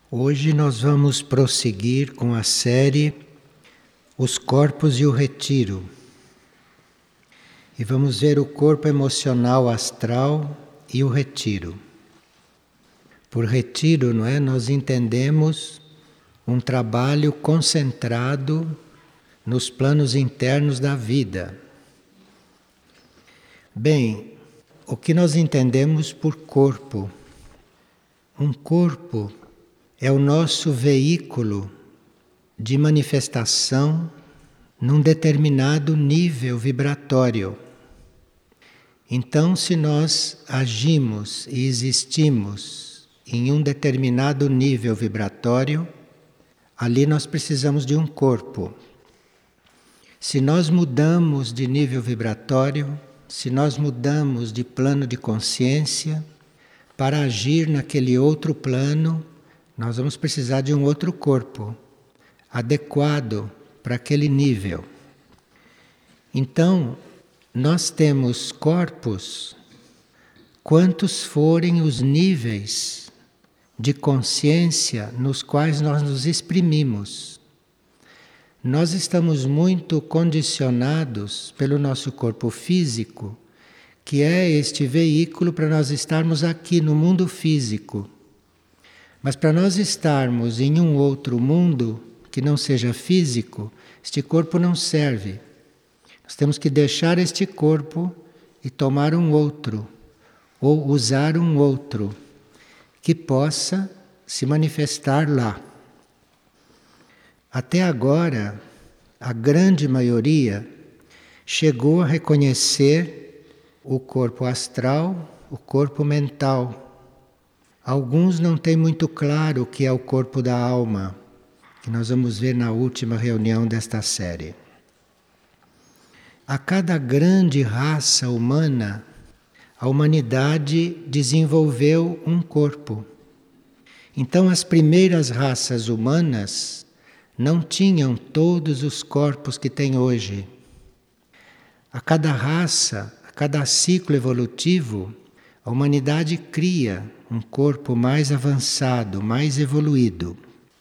Hoje nós vamos prosseguir com a série Os Corpos e o Retiro. E vamos ver o corpo emocional astral e o retiro. Por retiro, não é? Nós entendemos um trabalho concentrado nos planos internos da vida. Bem, o que nós entendemos por corpo? Um corpo é o nosso veículo de manifestação num determinado nível vibratório. Então, se nós agimos e existimos em um determinado nível vibratório, ali nós precisamos de um corpo. Se nós mudamos de nível vibratório, se nós mudamos de plano de consciência, para agir naquele outro plano, nós vamos precisar de um outro corpo, adequado para aquele nível. Então, nós temos corpos, quantos forem os níveis de consciência nos quais nós nos exprimimos. Nós estamos muito condicionados pelo nosso corpo físico, que é este veículo para nós estarmos aqui no mundo físico. Mas para nós estarmos em um outro mundo que não seja físico, este corpo não serve. Nós temos que deixar este corpo e tomar um outro, ou usar um outro, que possa se manifestar lá. Até agora, a grande maioria chegou a reconhecer o corpo astral, o corpo mental. Alguns não têm muito claro o que é o corpo da alma, que nós vamos ver na última reunião desta série. A cada grande raça humana, a humanidade desenvolveu um corpo. Então, as primeiras raças humanas não tinham todos os corpos que tem hoje. A cada raça, a cada ciclo evolutivo, a humanidade cria um corpo mais avançado, mais evoluído.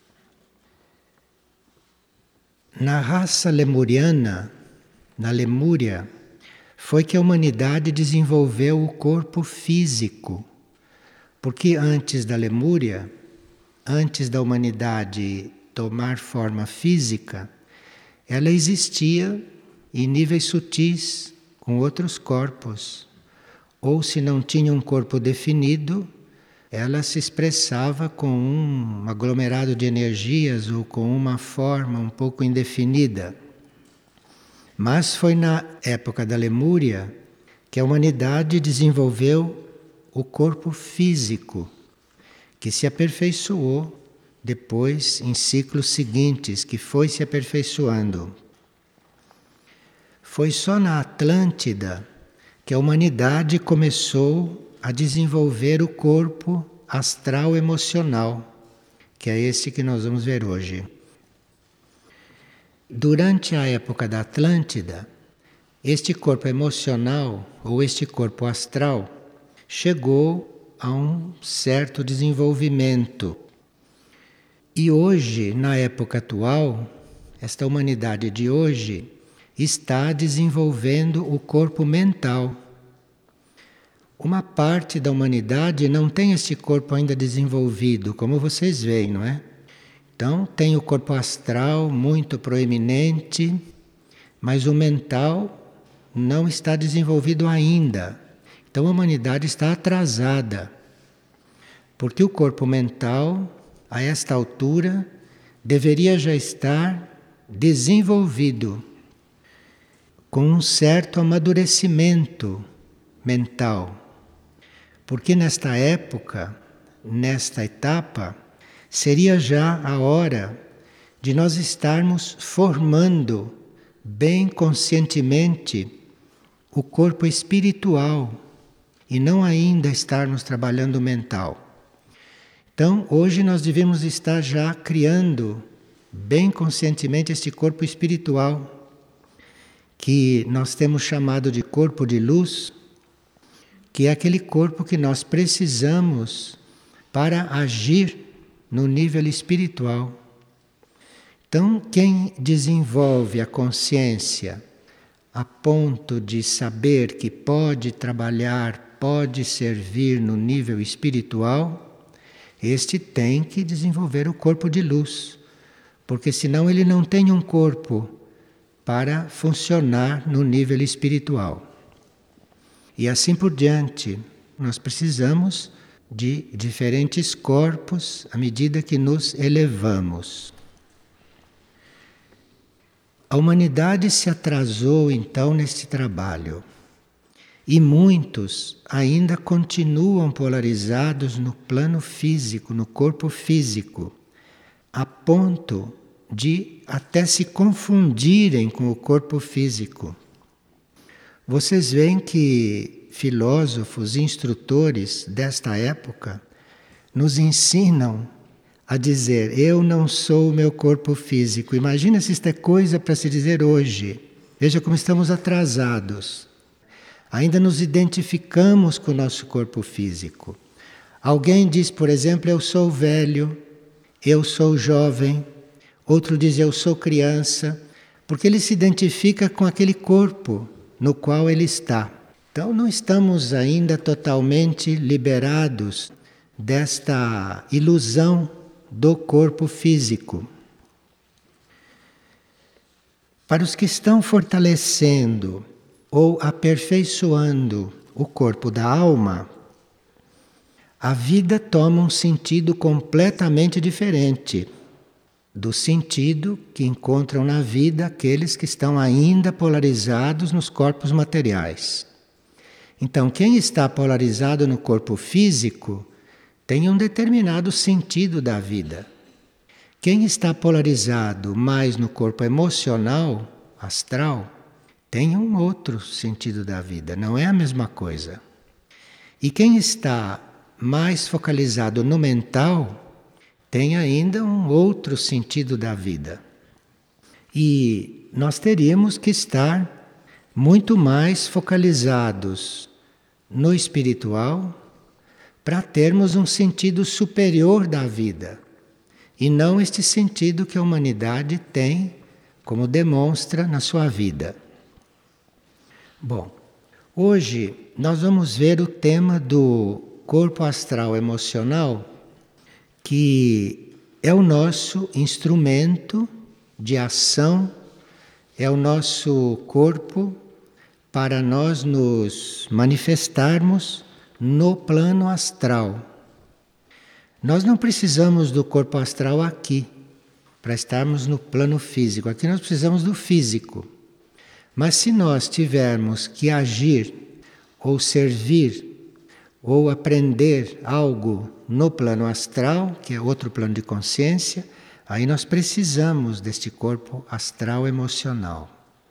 Na raça lemuriana, na Lemúria, foi que a humanidade desenvolveu o corpo físico. Porque antes da Lemúria, antes da humanidade tomar forma física, ela existia em níveis sutis, com outros corpos. Ou se não tinha um corpo definido, ela se expressava com um aglomerado de energias ou com uma forma um pouco indefinida. Mas foi na época da Lemúria que a humanidade desenvolveu o corpo físico, que se aperfeiçoou depois em ciclos seguintes, que foi se aperfeiçoando. Foi só na Atlântida que a humanidade começou a desenvolver o corpo astral emocional, que é esse que nós vamos ver hoje. Durante a época da Atlântida, este corpo emocional, ou este corpo astral, chegou a um certo desenvolvimento. E hoje, na época atual, esta humanidade de hoje está desenvolvendo o corpo mental. Uma parte da humanidade não tem esse corpo ainda desenvolvido, como vocês veem, não é? Então, tem o corpo astral muito proeminente, mas o mental não está desenvolvido ainda. Então, a humanidade está atrasada, porque o corpo mental, a esta altura, deveria já estar desenvolvido, com um certo amadurecimento mental. Porque nesta época, nesta etapa, seria já a hora de nós estarmos formando bem conscientemente o corpo espiritual e não ainda estarmos trabalhando o mental. Então, hoje nós devemos estar já criando bem conscientemente este corpo espiritual, que nós temos chamado de corpo de luz, que é aquele corpo que nós precisamos para agir no nível espiritual. Então, quem desenvolve a consciência a ponto de saber que pode trabalhar, pode servir no nível espiritual, este tem que desenvolver o corpo de luz, porque senão ele não tem um corpo para funcionar no nível espiritual. E assim por diante, nós precisamos de diferentes corpos à medida que nos elevamos. A humanidade se atrasou então neste trabalho e muitos ainda continuam polarizados no plano físico, no corpo físico, a ponto de até se confundirem com o corpo físico. Vocês veem que filósofos e instrutores desta época nos ensinam a dizer: eu não sou o meu corpo físico. Imagina se isto é coisa para se dizer hoje. Veja como estamos atrasados. Ainda nos identificamos com o nosso corpo físico. Alguém diz, por exemplo, eu sou velho, eu sou jovem. Outro diz, eu sou criança, porque ele se identifica com aquele corpo no qual ele está. Então não estamos ainda totalmente liberados desta ilusão do corpo físico. Para os que estão fortalecendo ou aperfeiçoando o corpo da alma, a vida toma um sentido completamente diferente do sentido que encontram na vida aqueles que estão ainda polarizados nos corpos materiais. Então, quem está polarizado no corpo físico tem um determinado sentido da vida. Quem está polarizado mais no corpo emocional, astral, tem um outro sentido da vida, não é a mesma coisa. E quem está mais focalizado no mental tem ainda um outro sentido da vida. E nós teríamos que estar muito mais focalizados no espiritual para termos um sentido superior da vida e não este sentido que a humanidade tem, como demonstra na sua vida. Bom, hoje nós vamos ver o tema do corpo astral emocional, que é o nosso instrumento de ação, é o nosso corpo para nós nos manifestarmos no plano astral. Nós não precisamos do corpo astral aqui, para estarmos no plano físico. Aqui nós precisamos do físico. Mas se nós tivermos que agir, ou servir, ou aprender algo no plano astral, que é outro plano de consciência, aí nós precisamos deste corpo astral emocional.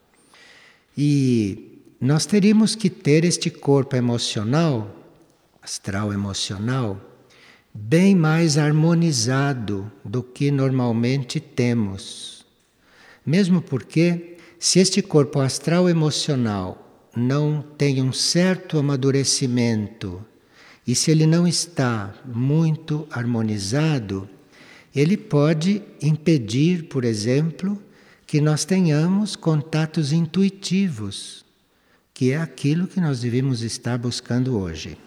E nós teríamos que ter este corpo emocional, astral emocional, bem mais harmonizado do que normalmente temos. Mesmo porque, se este corpo astral emocional não tem um certo amadurecimento, e se ele não está muito harmonizado, ele pode impedir, por exemplo, que nós tenhamos contatos intuitivos, que é aquilo que nós devemos estar buscando hoje.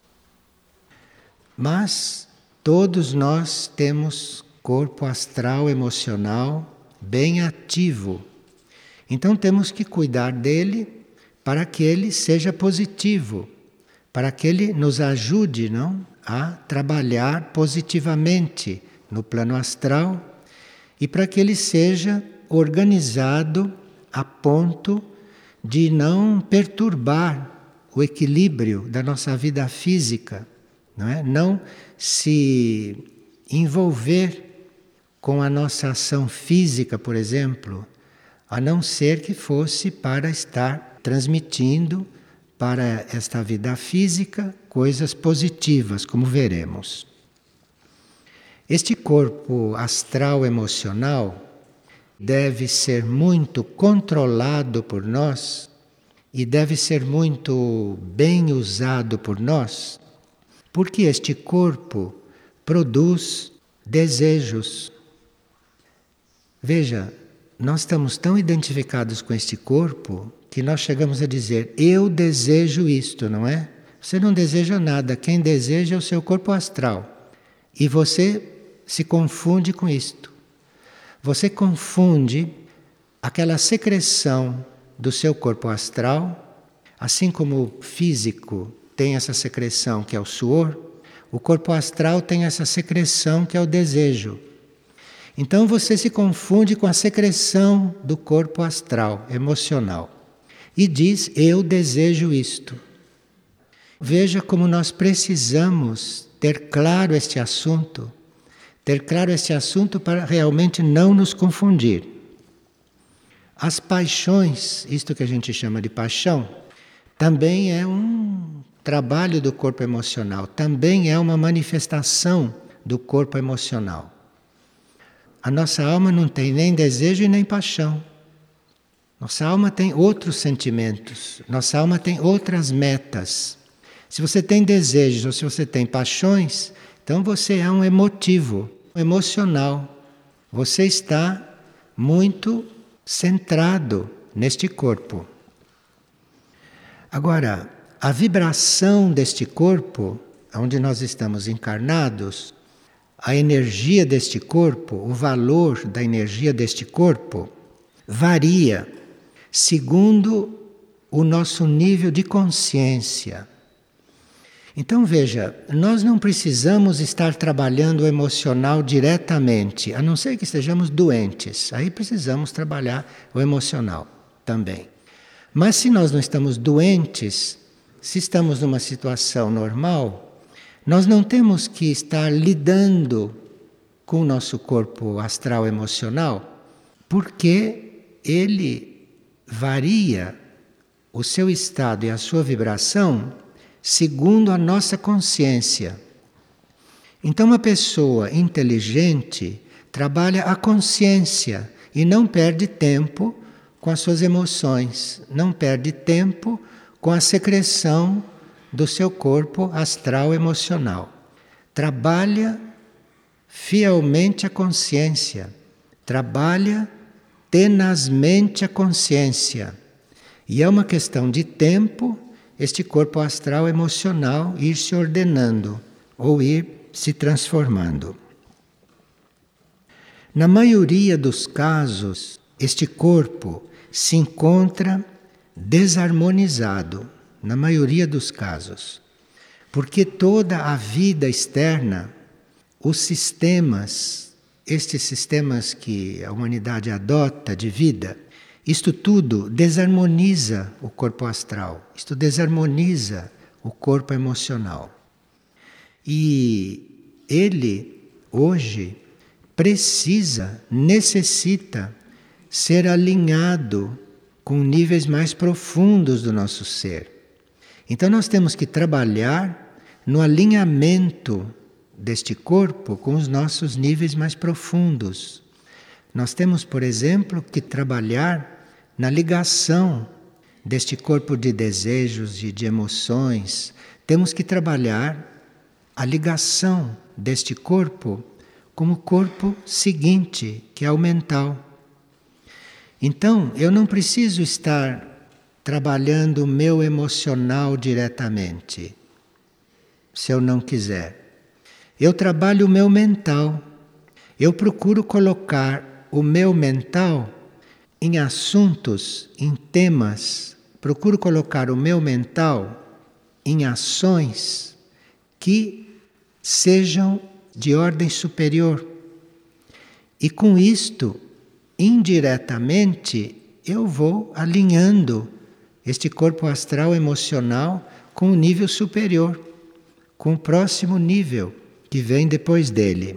Mas todos nós temos corpo astral emocional bem ativo. Então temos que cuidar dele para que ele seja positivo, para que ele nos ajude, não, a trabalhar positivamente no plano astral e para que ele seja organizado a ponto de não perturbar o equilíbrio da nossa vida física. Não se envolver com a nossa ação física, por exemplo, a não ser que fosse para estar transmitindo para esta vida física coisas positivas, como veremos. Este corpo astral emocional deve ser muito controlado por nós e deve ser muito bem usado por nós, porque este corpo produz desejos. Veja, nós estamos tão identificados com este corpo que nós chegamos a dizer, eu desejo isto, não é? Você não deseja nada, quem deseja é o seu corpo astral. E você se confunde com isto. Você confunde aquela secreção do seu corpo astral, assim como o físico tem essa secreção que é o suor, o corpo astral tem essa secreção que é o desejo. Então você se confunde com a secreção do corpo astral, emocional. E diz, eu desejo isto. Veja como nós precisamos ter claro este assunto. Ter claro este assunto para realmente não nos confundir. As paixões, isto que a gente chama de paixão, também é um trabalho do corpo emocional, também é uma manifestação do corpo emocional. A nossa alma não tem nem desejo e nem paixão. Nossa alma tem outros sentimentos, nossa alma tem outras metas. Se você tem desejos ou se você tem paixões, então você é um emotivo, emocional. Você está muito centrado neste corpo. Agora, a vibração deste corpo, onde nós estamos encarnados, a energia deste corpo, o valor da energia deste corpo, varia segundo o nosso nível de consciência. Então veja, nós não precisamos estar trabalhando o emocional diretamente, a não ser que estejamos doentes. Aí precisamos trabalhar o emocional também. Mas se nós não estamos doentes, se estamos numa situação normal, nós não temos que estar lidando com o nosso corpo astral emocional, porque ele varia o seu estado e a sua vibração segundo a nossa consciência. Então, uma pessoa inteligente trabalha a consciência e não perde tempo com as suas emoções, não perde tempo com a secreção do seu corpo astral emocional. Trabalha fielmente a consciência, trabalha tenazmente a consciência. E é uma questão de tempo este corpo astral emocional ir se ordenando ou ir se transformando. Na maioria dos casos, este corpo se encontra desarmonizado, na maioria dos casos, porque toda a vida externa, os sistemas, estes sistemas que a humanidade adota de vida, isto tudo desarmoniza o corpo astral, isto desarmoniza o corpo emocional. E ele, hoje, necessita ser alinhado com níveis mais profundos do nosso ser. Então nós temos que trabalhar no alinhamento deste corpo com os nossos níveis mais profundos. Nós temos, por exemplo, que trabalhar na ligação deste corpo de desejos e de emoções. Temos que trabalhar a ligação deste corpo com o corpo seguinte, que é o mental. Então, eu não preciso estar trabalhando o meu emocional diretamente, se eu não quiser. Eu trabalho o meu mental. Eu procuro colocar o meu mental em assuntos, em temas, procuro colocar o meu mental em ações que sejam de ordem superior. E com isto, indiretamente, eu vou alinhando este corpo astral emocional com o nível superior, com o próximo nível que vem depois dele.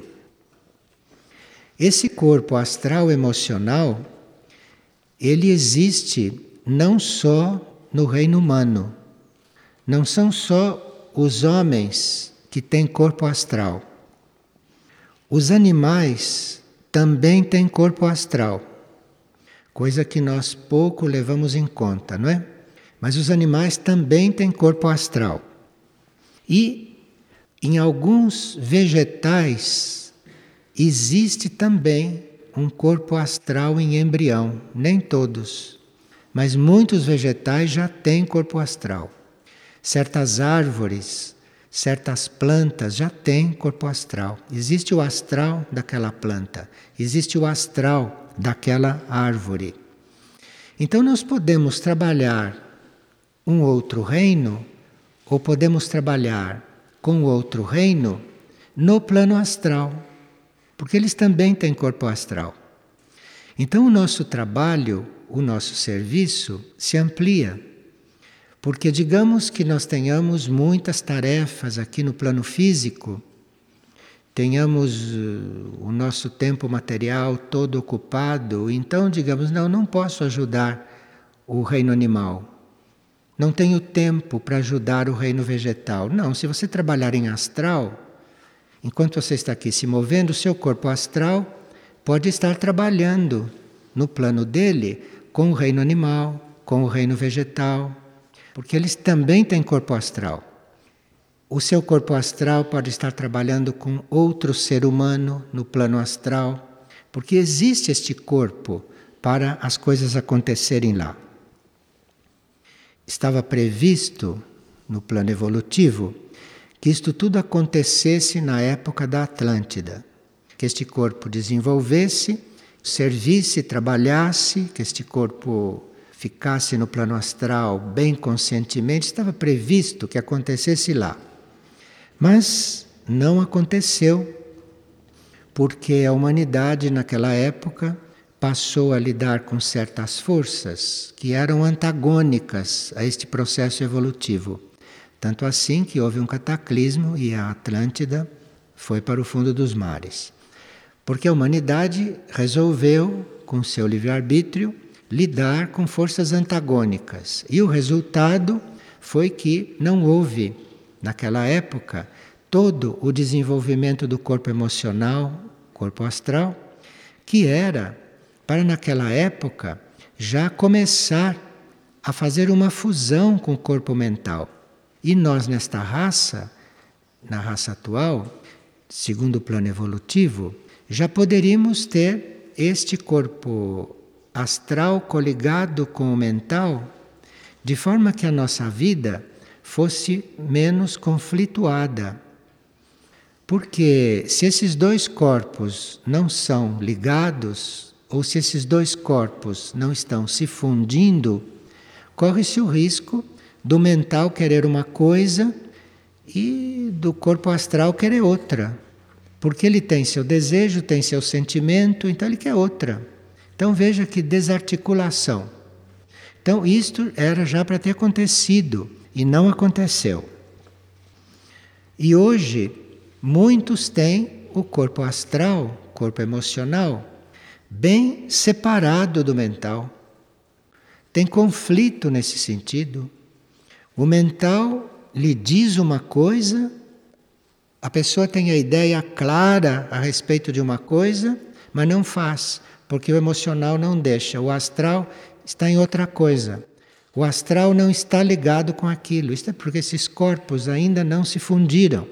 Esse corpo astral emocional, ele existe não só no reino humano. Não são só os homens que têm corpo astral. Os animais também têm corpo astral, coisa que nós pouco levamos em conta, não é? Mas os animais também têm corpo astral. E em alguns vegetais existe também um corpo astral em embrião, nem todos, mas muitos vegetais já têm corpo astral. Certas árvores, certas plantas já têm corpo astral. Existe o astral daquela planta, existe o astral daquela árvore. Então nós podemos trabalhar um outro reino, ou podemos trabalhar com outro reino no plano astral, porque eles também têm corpo astral. Então o nosso trabalho, o nosso serviço se amplia, porque digamos que nós tenhamos muitas tarefas aqui no plano físico, tenhamos o nosso tempo material todo ocupado, então digamos, não posso ajudar o reino animal. Não tenho tempo para ajudar o reino vegetal. Não, se você trabalhar em astral, enquanto você está aqui se movendo, o seu corpo astral pode estar trabalhando no plano dele com o reino animal, com o reino vegetal, porque eles também têm corpo astral. O seu corpo astral pode estar trabalhando com outro ser humano no plano astral, porque existe este corpo para as coisas acontecerem lá. Estava previsto no plano evolutivo que isto tudo acontecesse na época da Atlântida, que este corpo desenvolvesse, servisse, trabalhasse, que este corpo ficasse no plano astral bem conscientemente, estava previsto que acontecesse lá. Mas não aconteceu, porque a humanidade naquela época passou a lidar com certas forças que eram antagônicas a este processo evolutivo. Tanto assim que houve um cataclismo e a Atlântida foi para o fundo dos mares. Porque a humanidade resolveu, com seu livre-arbítrio, lidar com forças antagônicas. E o resultado foi que não houve, naquela época, todo o desenvolvimento do corpo emocional, corpo astral, que era para naquela época já começar a fazer uma fusão com o corpo mental. E nós nesta raça, na raça atual, segundo o plano evolutivo, já poderíamos ter este corpo astral coligado com o mental, de forma que a nossa vida fosse menos conflituada. Porque se esses dois corpos não são ligados, ou se esses dois corpos não estão se fundindo, corre-se o risco do mental querer uma coisa e do corpo astral querer outra. Porque ele tem seu desejo, tem seu sentimento, então ele quer outra. Então veja que desarticulação. Então isto era já para ter acontecido e não aconteceu. E hoje muitos têm o corpo astral, corpo emocional, bem separado do mental. Tem conflito nesse sentido. O mental lhe diz uma coisa, a pessoa tem a ideia clara a respeito de uma coisa, mas não faz, porque o emocional não deixa. O astral está em outra coisa. O astral não está ligado com aquilo. Isto é porque esses corpos ainda não se fundiram.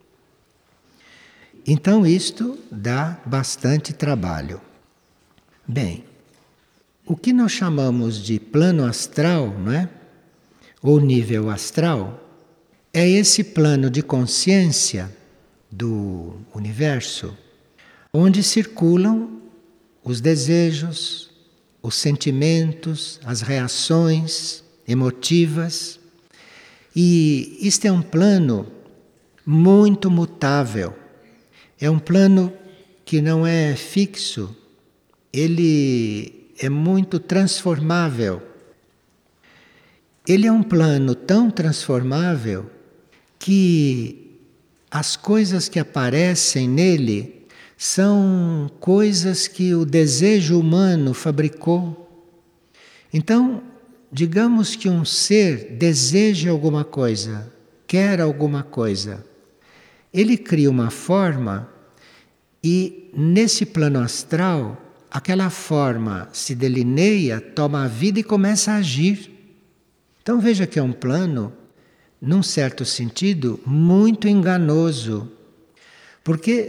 Então isto dá bastante trabalho. Bem, o que nós chamamos de plano astral, não é? Ou nível astral, é esse plano de consciência do universo, onde circulam os desejos, os sentimentos, as reações emotivas. E isto é um plano muito mutável. É um plano que não é fixo. Ele é muito transformável. Ele é um plano tão transformável que as coisas que aparecem nele são coisas que o desejo humano fabricou. Então, digamos que um ser deseja alguma coisa, quer alguma coisa. Ele cria uma forma e, nesse plano astral, aquela forma se delineia, toma a vida e começa a agir. Então veja que é um plano, num certo sentido, muito enganoso. Porque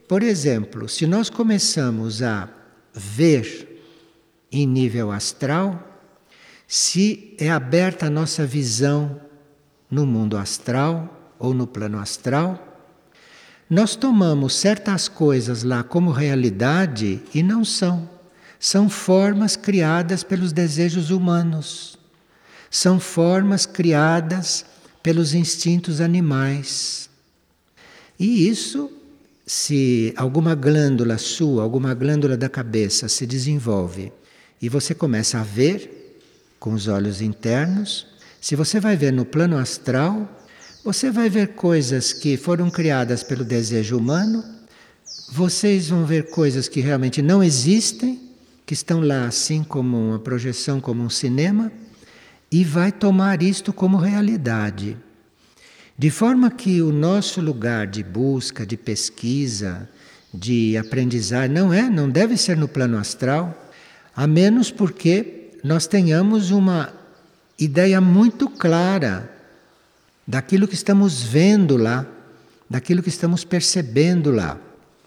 por exemplo, se nós começamos a ver em nível astral, se é aberta a nossa visão no mundo astral ou no plano astral, nós tomamos certas coisas lá como realidade e não são. São formas criadas pelos desejos humanos. São formas criadas pelos instintos animais. E isso, se alguma glândula sua, alguma glândula da cabeça se desenvolve e você começa a ver com os olhos internos, se você vai ver no plano astral, você vai ver coisas que foram criadas pelo desejo humano, vocês vão ver coisas que realmente não existem, que estão lá assim como uma projeção, como um cinema, e vai tomar isto como realidade. De forma que o nosso lugar de busca, de pesquisa, de aprendizagem não deve ser no plano astral, a menos porque nós tenhamos uma ideia muito clara daquilo que estamos vendo lá, daquilo que estamos percebendo lá.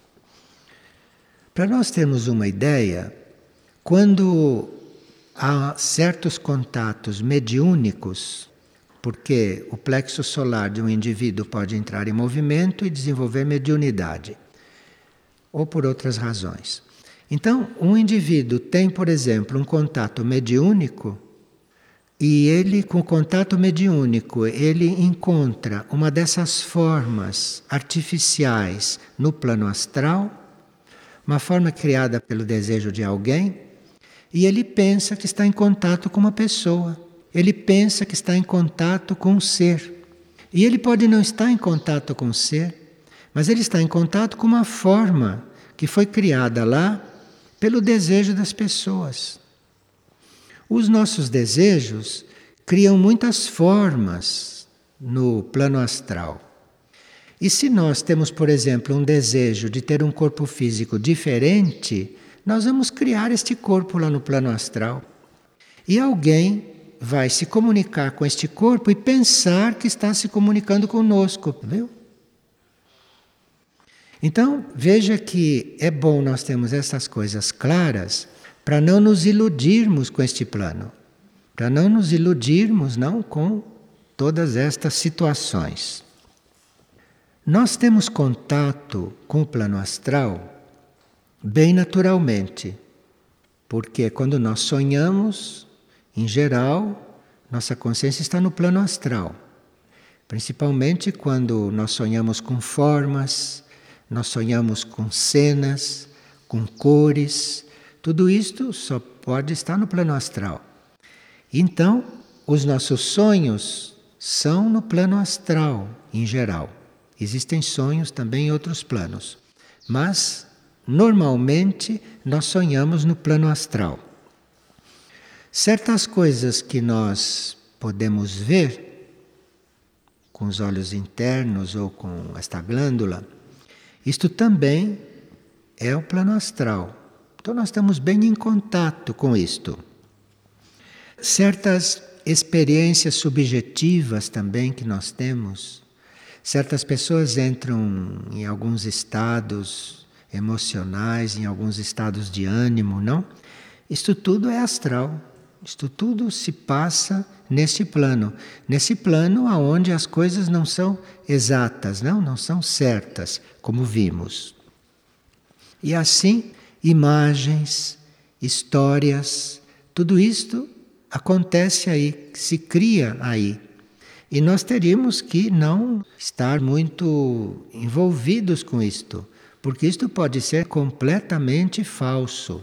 Para nós termos uma ideia, quando há certos contatos mediúnicos, porque o plexo solar de um indivíduo pode entrar em movimento e desenvolver mediunidade, ou por outras razões. Então, um indivíduo tem, por exemplo, um contato mediúnico, e ele, com o contato mediúnico, ele encontra uma dessas formas artificiais no plano astral, uma forma criada pelo desejo de alguém, e ele pensa que está em contato com uma pessoa. Ele pensa que está em contato com um ser. E ele pode não estar em contato com o ser, mas ele está em contato com uma forma que foi criada lá pelo desejo das pessoas. Os nossos desejos criam muitas formas no plano astral. E se nós temos, por exemplo, um desejo de ter um corpo físico diferente, nós vamos criar este corpo lá no plano astral. E alguém vai se comunicar com este corpo e pensar que está se comunicando conosco, viu? Então, veja que é bom nós termos essas coisas claras para não nos iludirmos com este plano, para não nos iludirmos não com todas estas situações. Nós temos contato com o plano astral bem naturalmente, porque quando nós sonhamos, em geral, nossa consciência está no plano astral. Principalmente quando nós sonhamos com formas, nós sonhamos com cenas, com cores, tudo isto só pode estar no plano astral. Então, os nossos sonhos são no plano astral, em geral. Existem sonhos também em outros planos, mas normalmente nós sonhamos no plano astral. Certas coisas que nós podemos ver com os olhos internos ou com esta glândula, isto também é o plano astral. Então nós estamos bem em contato com isto. Certas experiências subjetivas também que nós temos, certas pessoas entram em alguns estados emocionais, em alguns estados de ânimo, não? Isto tudo é astral. Isto tudo se passa nesse plano aonde as coisas não são exatas, não são certas, como vimos. E assim, imagens, histórias, tudo isto acontece aí, se cria aí. E nós teríamos que não estar muito envolvidos com isto, porque isto pode ser completamente falso.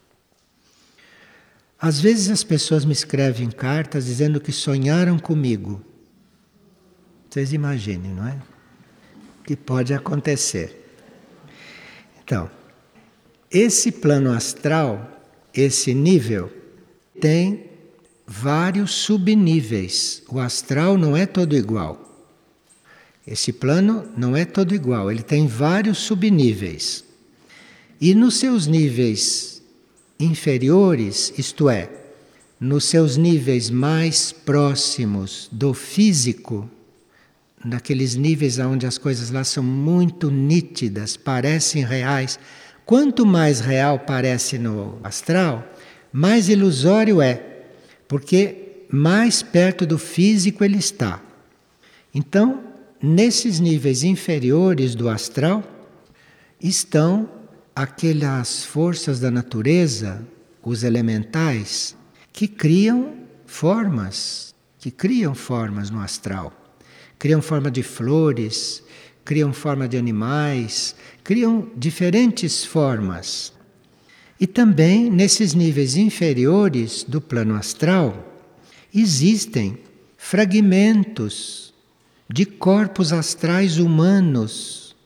Às vezes as pessoas me escrevem cartas dizendo que sonharam comigo. Vocês imaginem, não é? Que pode acontecer. Então, esse plano astral, esse nível, tem vários subníveis. O astral não é todo igual. Esse plano não é todo igual, ele tem vários subníveis. E nos seus níveis inferiores, isto é, nos seus níveis mais próximos do físico, naqueles níveis onde as coisas lá são muito nítidas, parecem reais. Quanto mais real parece no astral, mais ilusório é, porque mais perto do físico ele está. Então, nesses níveis inferiores do astral, estão aquelas forças da natureza, os elementais, que criam formas no astral. Criam forma de flores, criam forma de animais, criam diferentes formas. E também, nesses níveis inferiores do plano astral, existem fragmentos de corpos astrais humanos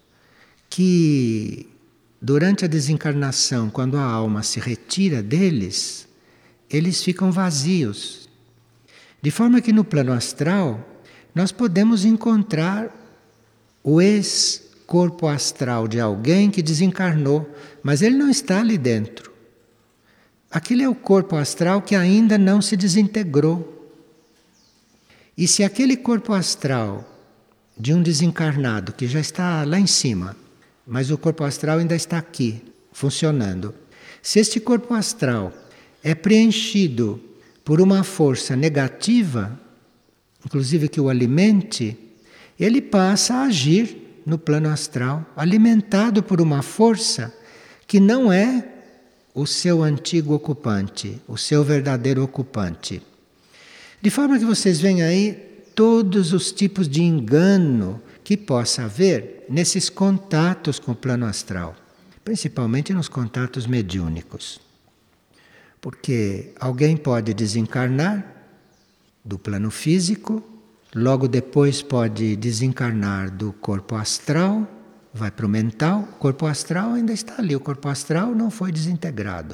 que, durante a desencarnação, quando a alma se retira deles, eles ficam vazios. De forma que no plano astral nós podemos encontrar o ex-corpo astral de alguém que desencarnou, mas ele não está ali dentro. Aquele é o corpo astral que ainda não se desintegrou. E se aquele corpo astral de um desencarnado que já está lá em cima, mas o corpo astral ainda está aqui, funcionando, se este corpo astral é preenchido por uma força negativa, inclusive que o alimente, ele passa a agir no plano astral, alimentado por uma força que não é o seu antigo ocupante, o seu verdadeiro ocupante. De forma que vocês veem aí todos os tipos de engano que possa haver nesses contatos com o plano astral, principalmente nos contatos mediúnicos. Porque alguém pode desencarnar do plano físico, logo depois pode desencarnar do corpo astral, vai para o mental, o corpo astral ainda está ali, o corpo astral não foi desintegrado.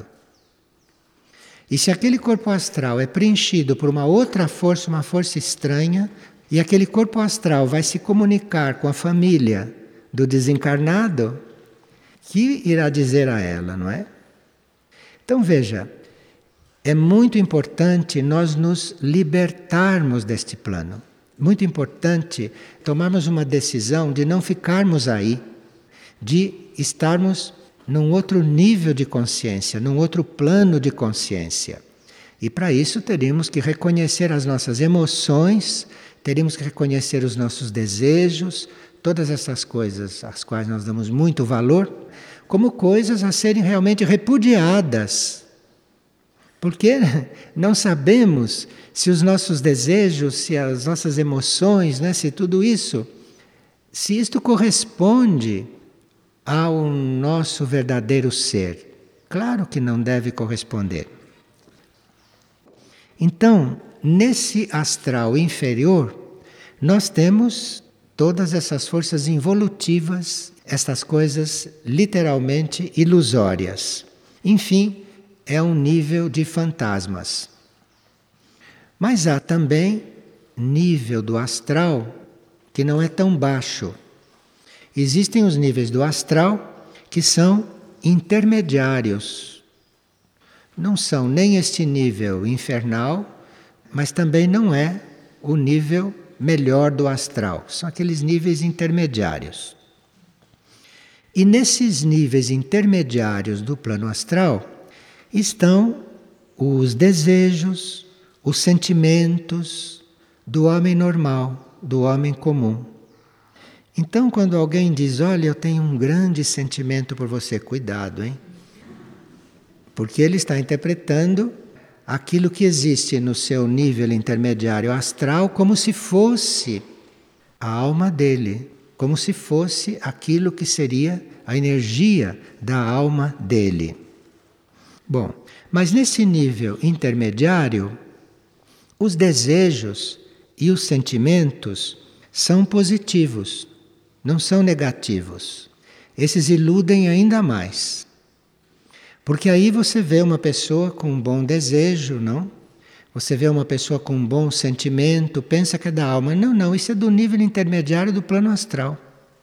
E se aquele corpo astral é preenchido por uma outra força, uma força estranha, e aquele corpo astral vai se comunicar com a família do desencarnado, que irá dizer a ela, não é? Então veja, é muito importante nós nos libertarmos deste plano. Muito importante tomarmos uma decisão de não ficarmos aí, de estarmos num outro nível de consciência, num outro plano de consciência. E para isso teríamos que reconhecer as nossas emoções, teríamos que reconhecer os nossos desejos, todas essas coisas às quais nós damos muito valor, como coisas a serem realmente repudiadas. Porque não sabemos se os nossos desejos, se as nossas emoções, né, se tudo isso, se isto corresponde ao nosso verdadeiro ser. Claro que não deve corresponder. Então, nesse astral inferior, nós temos todas essas forças involutivas, estas coisas literalmente ilusórias. Enfim, é um nível de fantasmas. Mas há também nível do astral que não é tão baixo. Existem os níveis do astral que são intermediários. Não são nem este nível infernal, mas também não é o nível melhor do astral. São aqueles níveis intermediários. E nesses níveis intermediários do plano astral estão os desejos, os sentimentos do homem normal, do homem comum. Então, quando alguém diz, olha, eu tenho um grande sentimento por você, cuidado, hein? Porque ele está interpretando aquilo que existe no seu nível intermediário astral como se fosse a alma dele, como se fosse aquilo que seria a energia da alma dele. Bom, mas nesse nível intermediário, os desejos e os sentimentos são positivos, não são negativos. Esses iludem ainda mais. Porque aí você vê uma pessoa com um bom desejo, não? Você vê uma pessoa com um bom sentimento, pensa que é da alma. Não, isso é do nível intermediário do plano astral.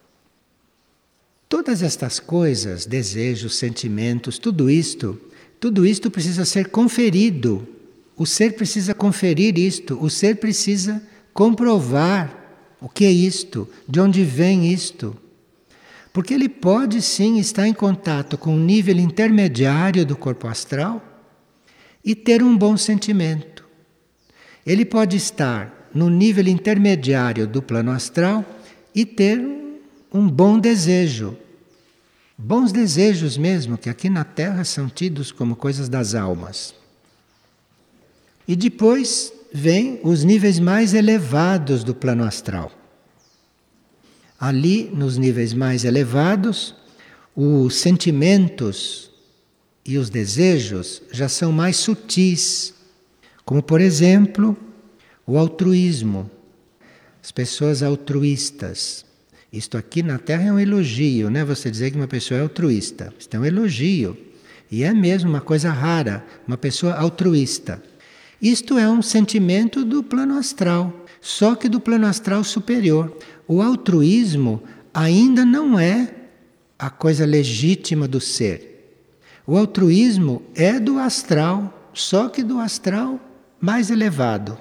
Todas estas coisas, desejos, sentimentos, tudo isto precisa ser conferido. O ser precisa conferir isto, o ser precisa comprovar O que é isto? De onde vem isto? Porque ele pode sim estar em contato com o nível intermediário do corpo astral e ter um bom sentimento. Ele pode estar no nível intermediário do plano astral e ter um bom desejo. Bons desejos mesmo, que aqui na Terra são tidos como coisas das almas. E depois vêm os níveis mais elevados do plano astral. Ali, nos níveis mais elevados, os sentimentos e os desejos já são mais sutis, como por exemplo, o altruísmo, as pessoas altruístas. Isto aqui na Terra é um elogio, né? Você dizer que uma pessoa é altruísta. Isto é um elogio. E é mesmo uma coisa rara, uma pessoa altruísta. Isto é um sentimento do plano astral, só que do plano astral superior. O altruísmo ainda não é a coisa legítima do ser. O altruísmo é do astral, só que do astral mais elevado.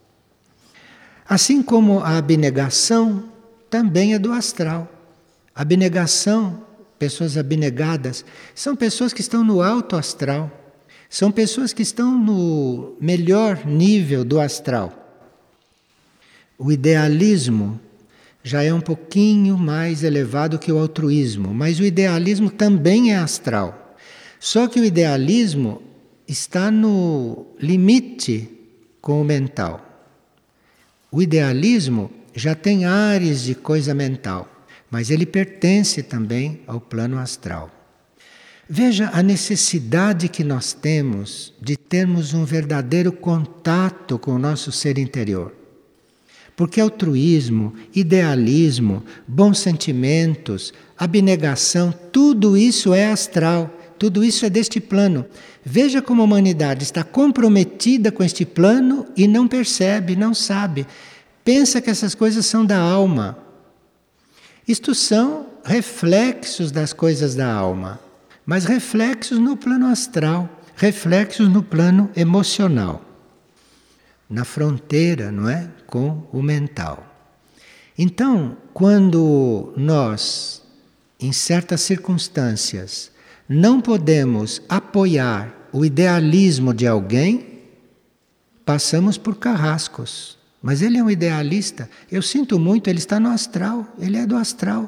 Assim como a abnegação também é do astral. Abnegação, pessoas abnegadas, são pessoas que estão no alto astral. São pessoas que estão no melhor nível do astral. O idealismo já é um pouquinho mais elevado que o altruísmo, mas o idealismo também é astral. Só que o idealismo está no limite com o mental. O idealismo já tem ares de coisa mental, mas ele pertence também ao plano astral. Veja a necessidade que nós temos de termos um verdadeiro contato com o nosso ser interior. Porque altruísmo, idealismo, bons sentimentos, abnegação, tudo isso é astral, tudo isso é deste plano. Veja como a humanidade está comprometida com este plano e não percebe, não sabe. Pensa que essas coisas são da alma. Isto são reflexos das coisas da alma, mas reflexos no plano astral, reflexos no plano emocional, na fronteira, não é, com o mental. Então, quando nós, em certas circunstâncias, não podemos apoiar o idealismo de alguém, passamos por carrascos. Mas ele é um idealista. Eu sinto muito, ele está no astral, ele é do astral.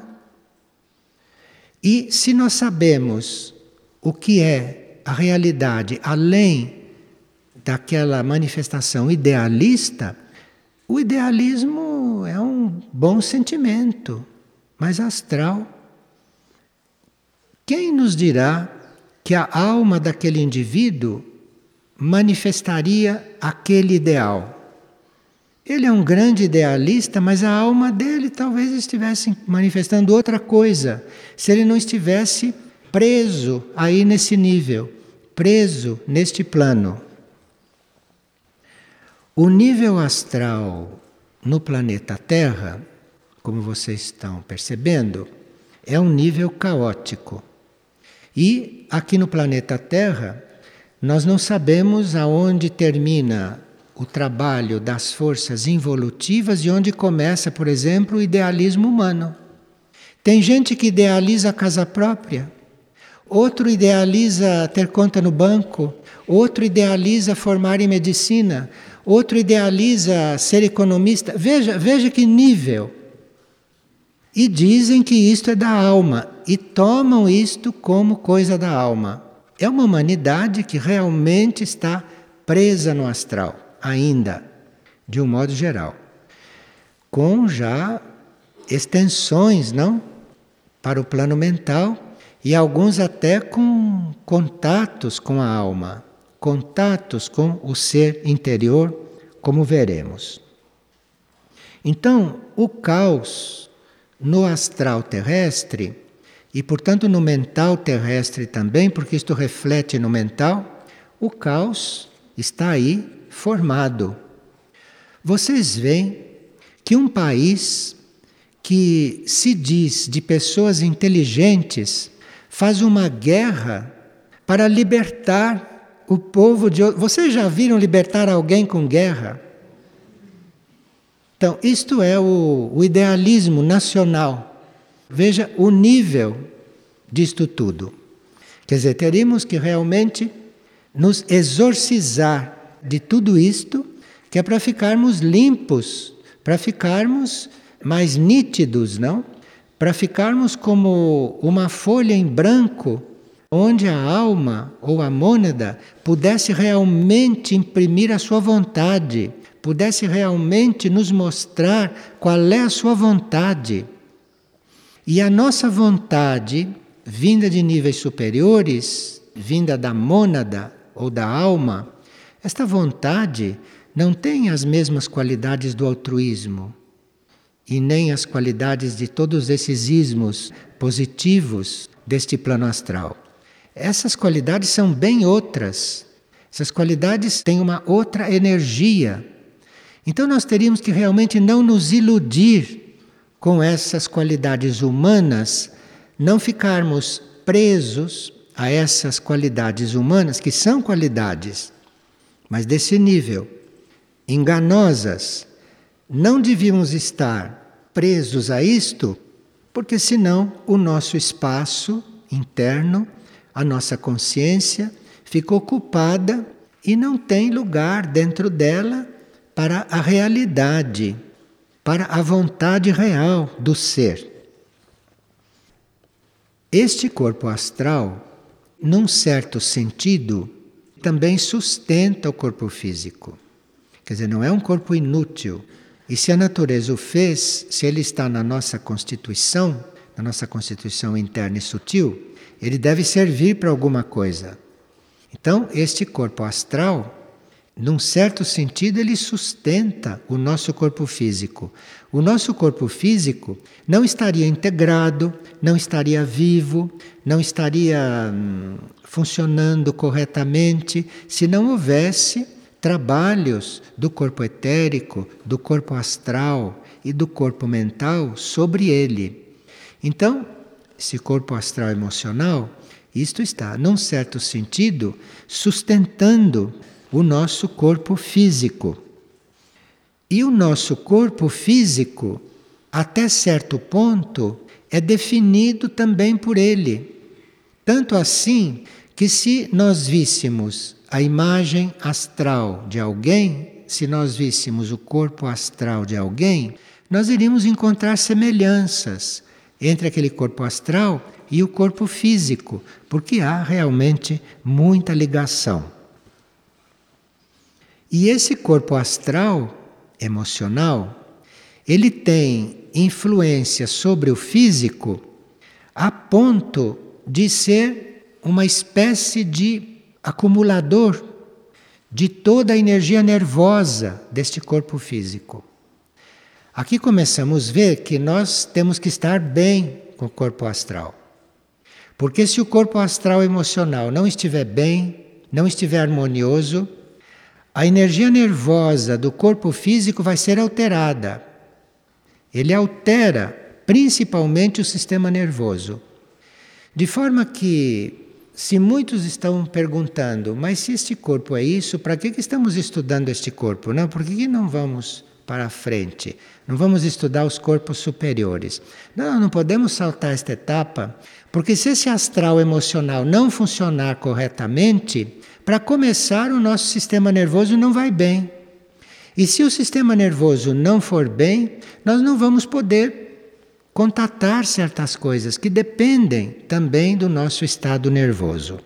E se nós sabemos o que é a realidade além daquela manifestação idealista, o idealismo é um bom sentimento, mas astral. Quem nos dirá que a alma daquele indivíduo manifestaria aquele ideal? Ele é um grande idealista, mas a alma dele talvez estivesse manifestando outra coisa, se ele não estivesse preso aí nesse nível, preso neste plano. O nível astral no planeta Terra, como vocês estão percebendo, é um nível caótico. E aqui no planeta Terra, nós não sabemos aonde termina o trabalho das forças involutivas e onde começa, por exemplo, o idealismo humano. Tem gente que idealiza a casa própria, outro idealiza ter conta no banco, outro idealiza formar em medicina, outro idealiza ser economista. Veja que nível. E dizem que isto é da alma e tomam isto como coisa da alma. É uma humanidade que realmente está presa no astral. Ainda, de um modo geral, com já extensões, não? Para o plano mental e alguns até com contatos com a alma, contatos com o ser interior, como veremos. Então, o caos no astral terrestre e, portanto, no mental terrestre também, porque isto reflete no mental, o caos está aí formado. Vocês veem que um país que se diz de pessoas inteligentes faz uma guerra para libertar o povo de outro. Vocês já viram libertar alguém com guerra? Então, isto é o idealismo nacional. Veja o nível disto tudo. Quer dizer, teríamos que realmente nos exorcizar de tudo isto, que é para ficarmos limpos, para ficarmos mais nítidos, não? Para ficarmos como uma folha em branco, onde a alma ou a mônada pudesse realmente imprimir a sua vontade, pudesse realmente nos mostrar qual é a sua vontade. E a nossa vontade, vinda de níveis superiores, vinda da mônada ou da alma, esta vontade não tem as mesmas qualidades do altruísmo e nem as qualidades de todos esses ismos positivos deste plano astral. Essas qualidades são bem outras. Essas qualidades têm uma outra energia. Então nós teríamos que realmente não nos iludir com essas qualidades humanas, não ficarmos presos a essas qualidades humanas, que são qualidades, mas desse nível, enganosas. Não devíamos estar presos a isto, porque senão o nosso espaço interno, a nossa consciência, fica ocupada e não tem lugar dentro dela para a realidade, para a vontade real do ser. Este corpo astral, num certo sentido, também sustenta o corpo físico. Quer dizer, não é um corpo inútil. E se a natureza o fez, se ele está na nossa constituição interna e sutil, ele deve servir para alguma coisa. Então, este corpo astral, num certo sentido, ele sustenta o nosso corpo físico. O nosso corpo físico não estaria integrado, não estaria vivo, não estaria funcionando corretamente se não houvesse trabalhos do corpo etérico, do corpo astral e do corpo mental sobre ele. Então, esse corpo astral emocional, isto está, num certo sentido, sustentando o nosso corpo físico. E o nosso corpo físico, até certo ponto, é definido também por ele. Tanto assim que se nós víssemos a imagem astral de alguém, se nós víssemos o corpo astral de alguém, nós iríamos encontrar semelhanças entre aquele corpo astral e o corpo físico, porque há realmente muita ligação. E esse corpo astral, emocional, ele tem influência sobre o físico a ponto de ser uma espécie de acumulador de toda a energia nervosa deste corpo físico. Aqui começamos a ver que nós temos que estar bem com o corpo astral. Porque se o corpo astral emocional não estiver bem, não estiver harmonioso, a energia nervosa do corpo físico vai ser alterada. Ele altera principalmente o sistema nervoso. De forma que, se muitos estão perguntando, mas se este corpo é isso, para que estamos estudando este corpo? Não, por que não vamos para a frente? Não vamos estudar os corpos superiores? Não podemos saltar esta etapa, porque se esse astral emocional não funcionar corretamente, para começar, o nosso sistema nervoso não vai bem. E se o sistema nervoso não for bem, nós não vamos poder contatar certas coisas que dependem também do nosso estado nervoso.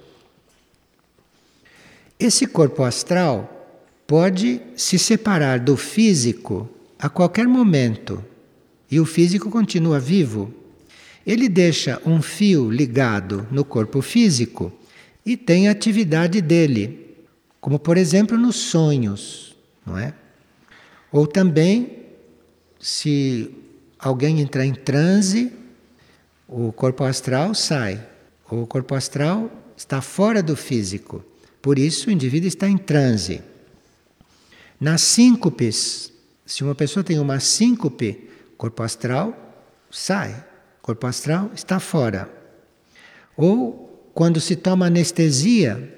Esse corpo astral pode se separar do físico a qualquer momento e o físico continua vivo. Ele deixa um fio ligado no corpo físico e tem a atividade dele, como por exemplo nos sonhos, não é? Ou também, se alguém entrar em transe, o corpo astral sai, ou o corpo astral está fora do físico, por isso o indivíduo está em transe. Nas síncopes, se uma pessoa tem uma síncope, o corpo astral sai, o corpo astral está fora. Ou quando se toma anestesia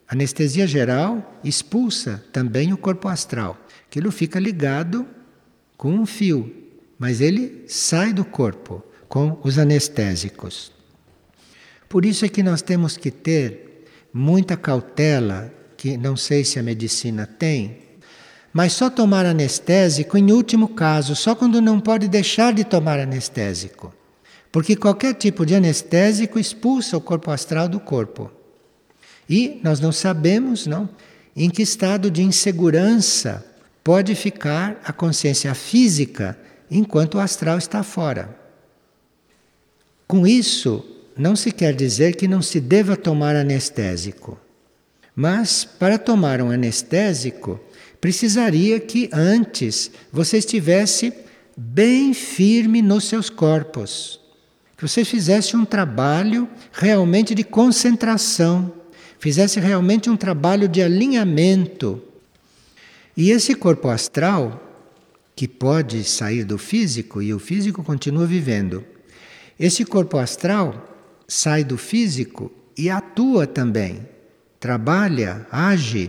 geral expulsa também o corpo astral. Aquilo fica ligado com um fio, mas ele sai do corpo com os anestésicos. Por isso é que nós temos que ter muita cautela, que não sei se a medicina tem, mas só tomar anestésico em último caso, só quando não pode deixar de tomar anestésico. Porque qualquer tipo de anestésico expulsa o corpo astral do corpo. E nós não sabemos, não, em que estado de insegurança pode ficar a consciência física enquanto o astral está fora. Com isso, não se quer dizer que não se deva tomar anestésico. Mas, para tomar um anestésico, precisaria que antes você estivesse bem firme nos seus corpos. Que você fizesse um trabalho realmente de concentração, fizesse realmente um trabalho de alinhamento. E esse corpo astral, que pode sair do físico e o físico continua vivendo, esse corpo astral sai do físico e atua também, trabalha, age.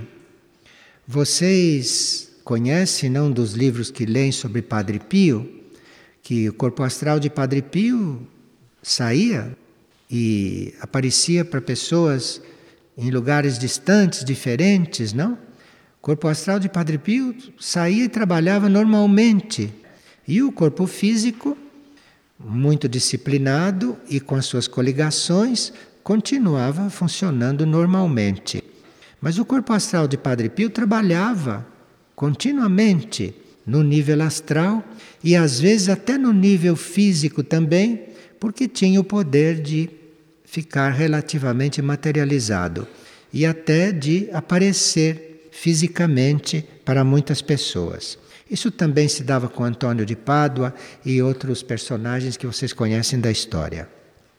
Vocês conhecem, não, dos livros que leem sobre Padre Pio, que o corpo astral de Padre Pio saía e aparecia para pessoas em lugares distantes, diferentes, não? O corpo astral de Padre Pio saía e trabalhava normalmente. E o corpo físico, muito disciplinado e com as suas coligações, continuava funcionando normalmente. Mas o corpo astral de Padre Pio trabalhava continuamente no nível astral e às vezes até no nível físico também, porque tinha o poder de ficar relativamente materializado e até de aparecer fisicamente para muitas pessoas. Isso também se dava com Antônio de Pádua e outros personagens que vocês conhecem da história.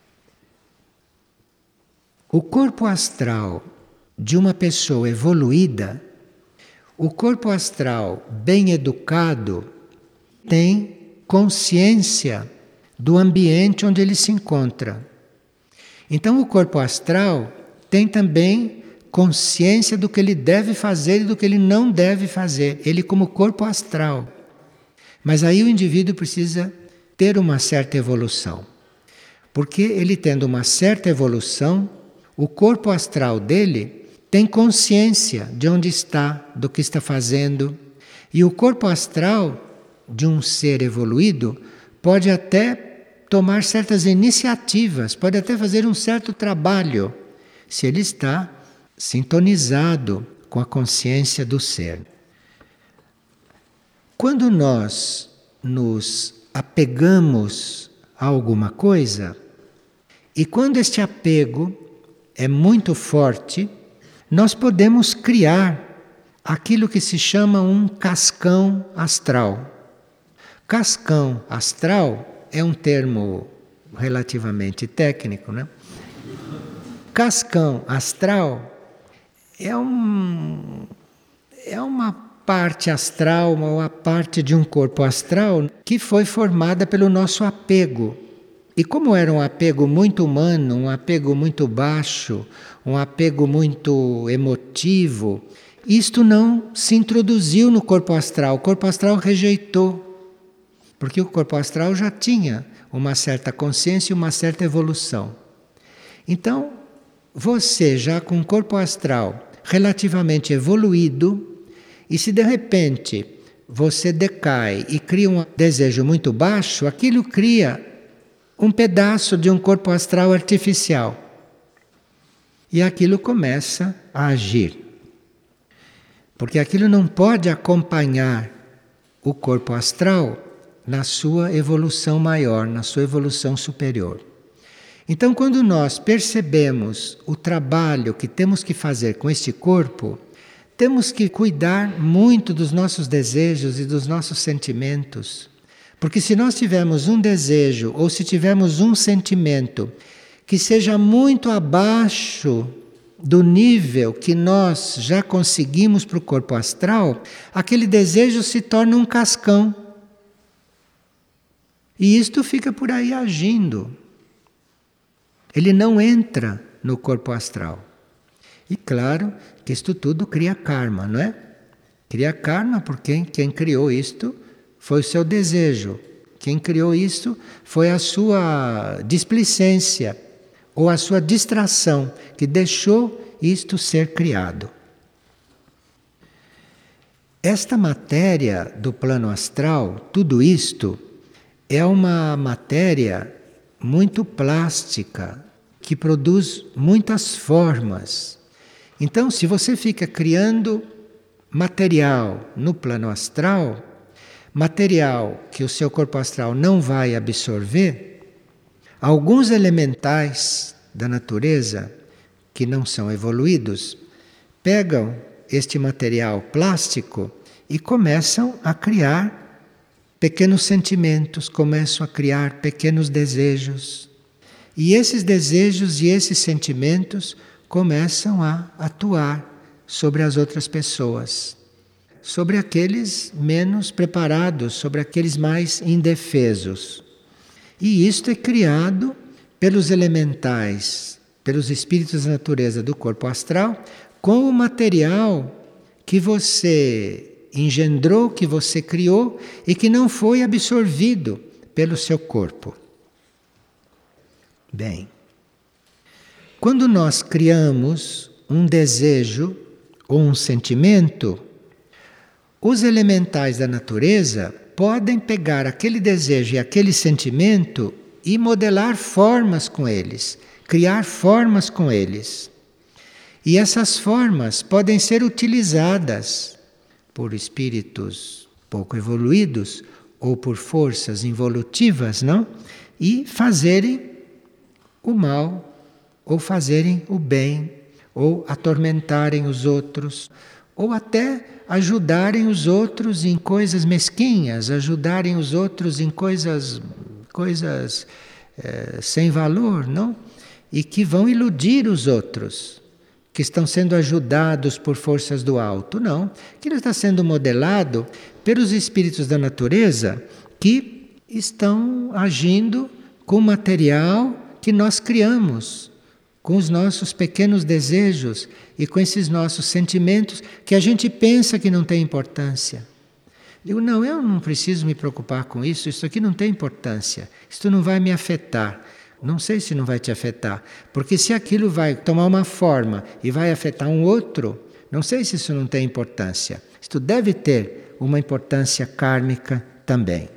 O corpo astral de uma pessoa evoluída, o corpo astral bem educado, tem consciência do ambiente onde ele se encontra. Então o corpo astral tem também consciência do que ele deve fazer e do que ele não deve fazer, ele como corpo astral. Mas aí o indivíduo precisa ter uma certa evolução. Porque ele tendo uma certa evolução, o corpo astral dele tem consciência de onde está, do que está fazendo. E o corpo astral de um ser evoluído pode até tomar certas iniciativas, pode até fazer um certo trabalho, se ele está sintonizado com a consciência do ser. Quando nós nos apegamos a alguma coisa, e quando este apego é muito forte, nós podemos criar aquilo que se chama um cascão astral. Cascão astral é um termo relativamente técnico, né? Cascão astral é uma parte astral, uma parte de um corpo astral que foi formada pelo nosso apego. E como era um apego muito humano, um apego muito baixo, um apego muito emotivo, isto não se introduziu no corpo astral. O corpo astral rejeitou, porque o corpo astral já tinha uma certa consciência e uma certa evolução. Então, você já com um corpo astral relativamente evoluído, e se de repente você decai e cria um desejo muito baixo, aquilo cria um pedaço de um corpo astral artificial. E aquilo começa a agir. Porque aquilo não pode acompanhar o corpo astral na sua evolução maior, na sua evolução superior. Então, quando nós percebemos o trabalho que temos que fazer com este corpo, temos que cuidar muito dos nossos desejos e dos nossos sentimentos. Porque se nós tivermos um desejo ou se tivermos um sentimento que seja muito abaixo do nível que nós já conseguimos para o corpo astral, aquele desejo se torna um cascão. E isto fica por aí agindo. Ele não entra no corpo astral. E claro que isto tudo cria karma, não é? Cria karma porque quem criou isto foi o seu desejo. Quem criou isso foi a sua displicência ou a sua distração que deixou isto ser criado. Esta matéria do plano astral, tudo isto, é uma matéria muito plástica, que produz muitas formas. Então, se você fica criando material no plano astral, material que o seu corpo astral não vai absorver, alguns elementais da natureza que não são evoluídos pegam este material plástico e começam a criar pequenos sentimentos, começam a criar pequenos desejos. E esses desejos e esses sentimentos começam a atuar sobre as outras pessoas, sobre aqueles menos preparados, sobre aqueles mais indefesos. E isto é criado pelos elementais, pelos espíritos da natureza do corpo astral, com o material que você engendrou, que você criou e que não foi absorvido pelo seu corpo. Bem, quando nós criamos um desejo ou um sentimento, os elementais da natureza podem pegar aquele desejo e aquele sentimento e modelar formas com eles, criar formas com eles. E essas formas podem ser utilizadas por espíritos pouco evoluídos ou por forças involutivas, não? E fazerem o mal, ou fazerem o bem, ou atormentarem os outros, ou até ajudarem os outros em coisas mesquinhas, ajudarem os outros em coisas sem valor, não? E que vão iludir os outros, que estão sendo ajudados por forças do alto. Não, aquilo está sendo modelado pelos espíritos da natureza que estão agindo com material que nós criamos, com os nossos pequenos desejos e com esses nossos sentimentos que a gente pensa que não tem importância. Digo, não, eu não preciso me preocupar com isso, isso aqui não tem importância, isso não vai me afetar. Não sei se não vai te afetar, porque se aquilo vai tomar uma forma e vai afetar um outro, não sei se isso não tem importância. Isto deve ter uma importância kármica também.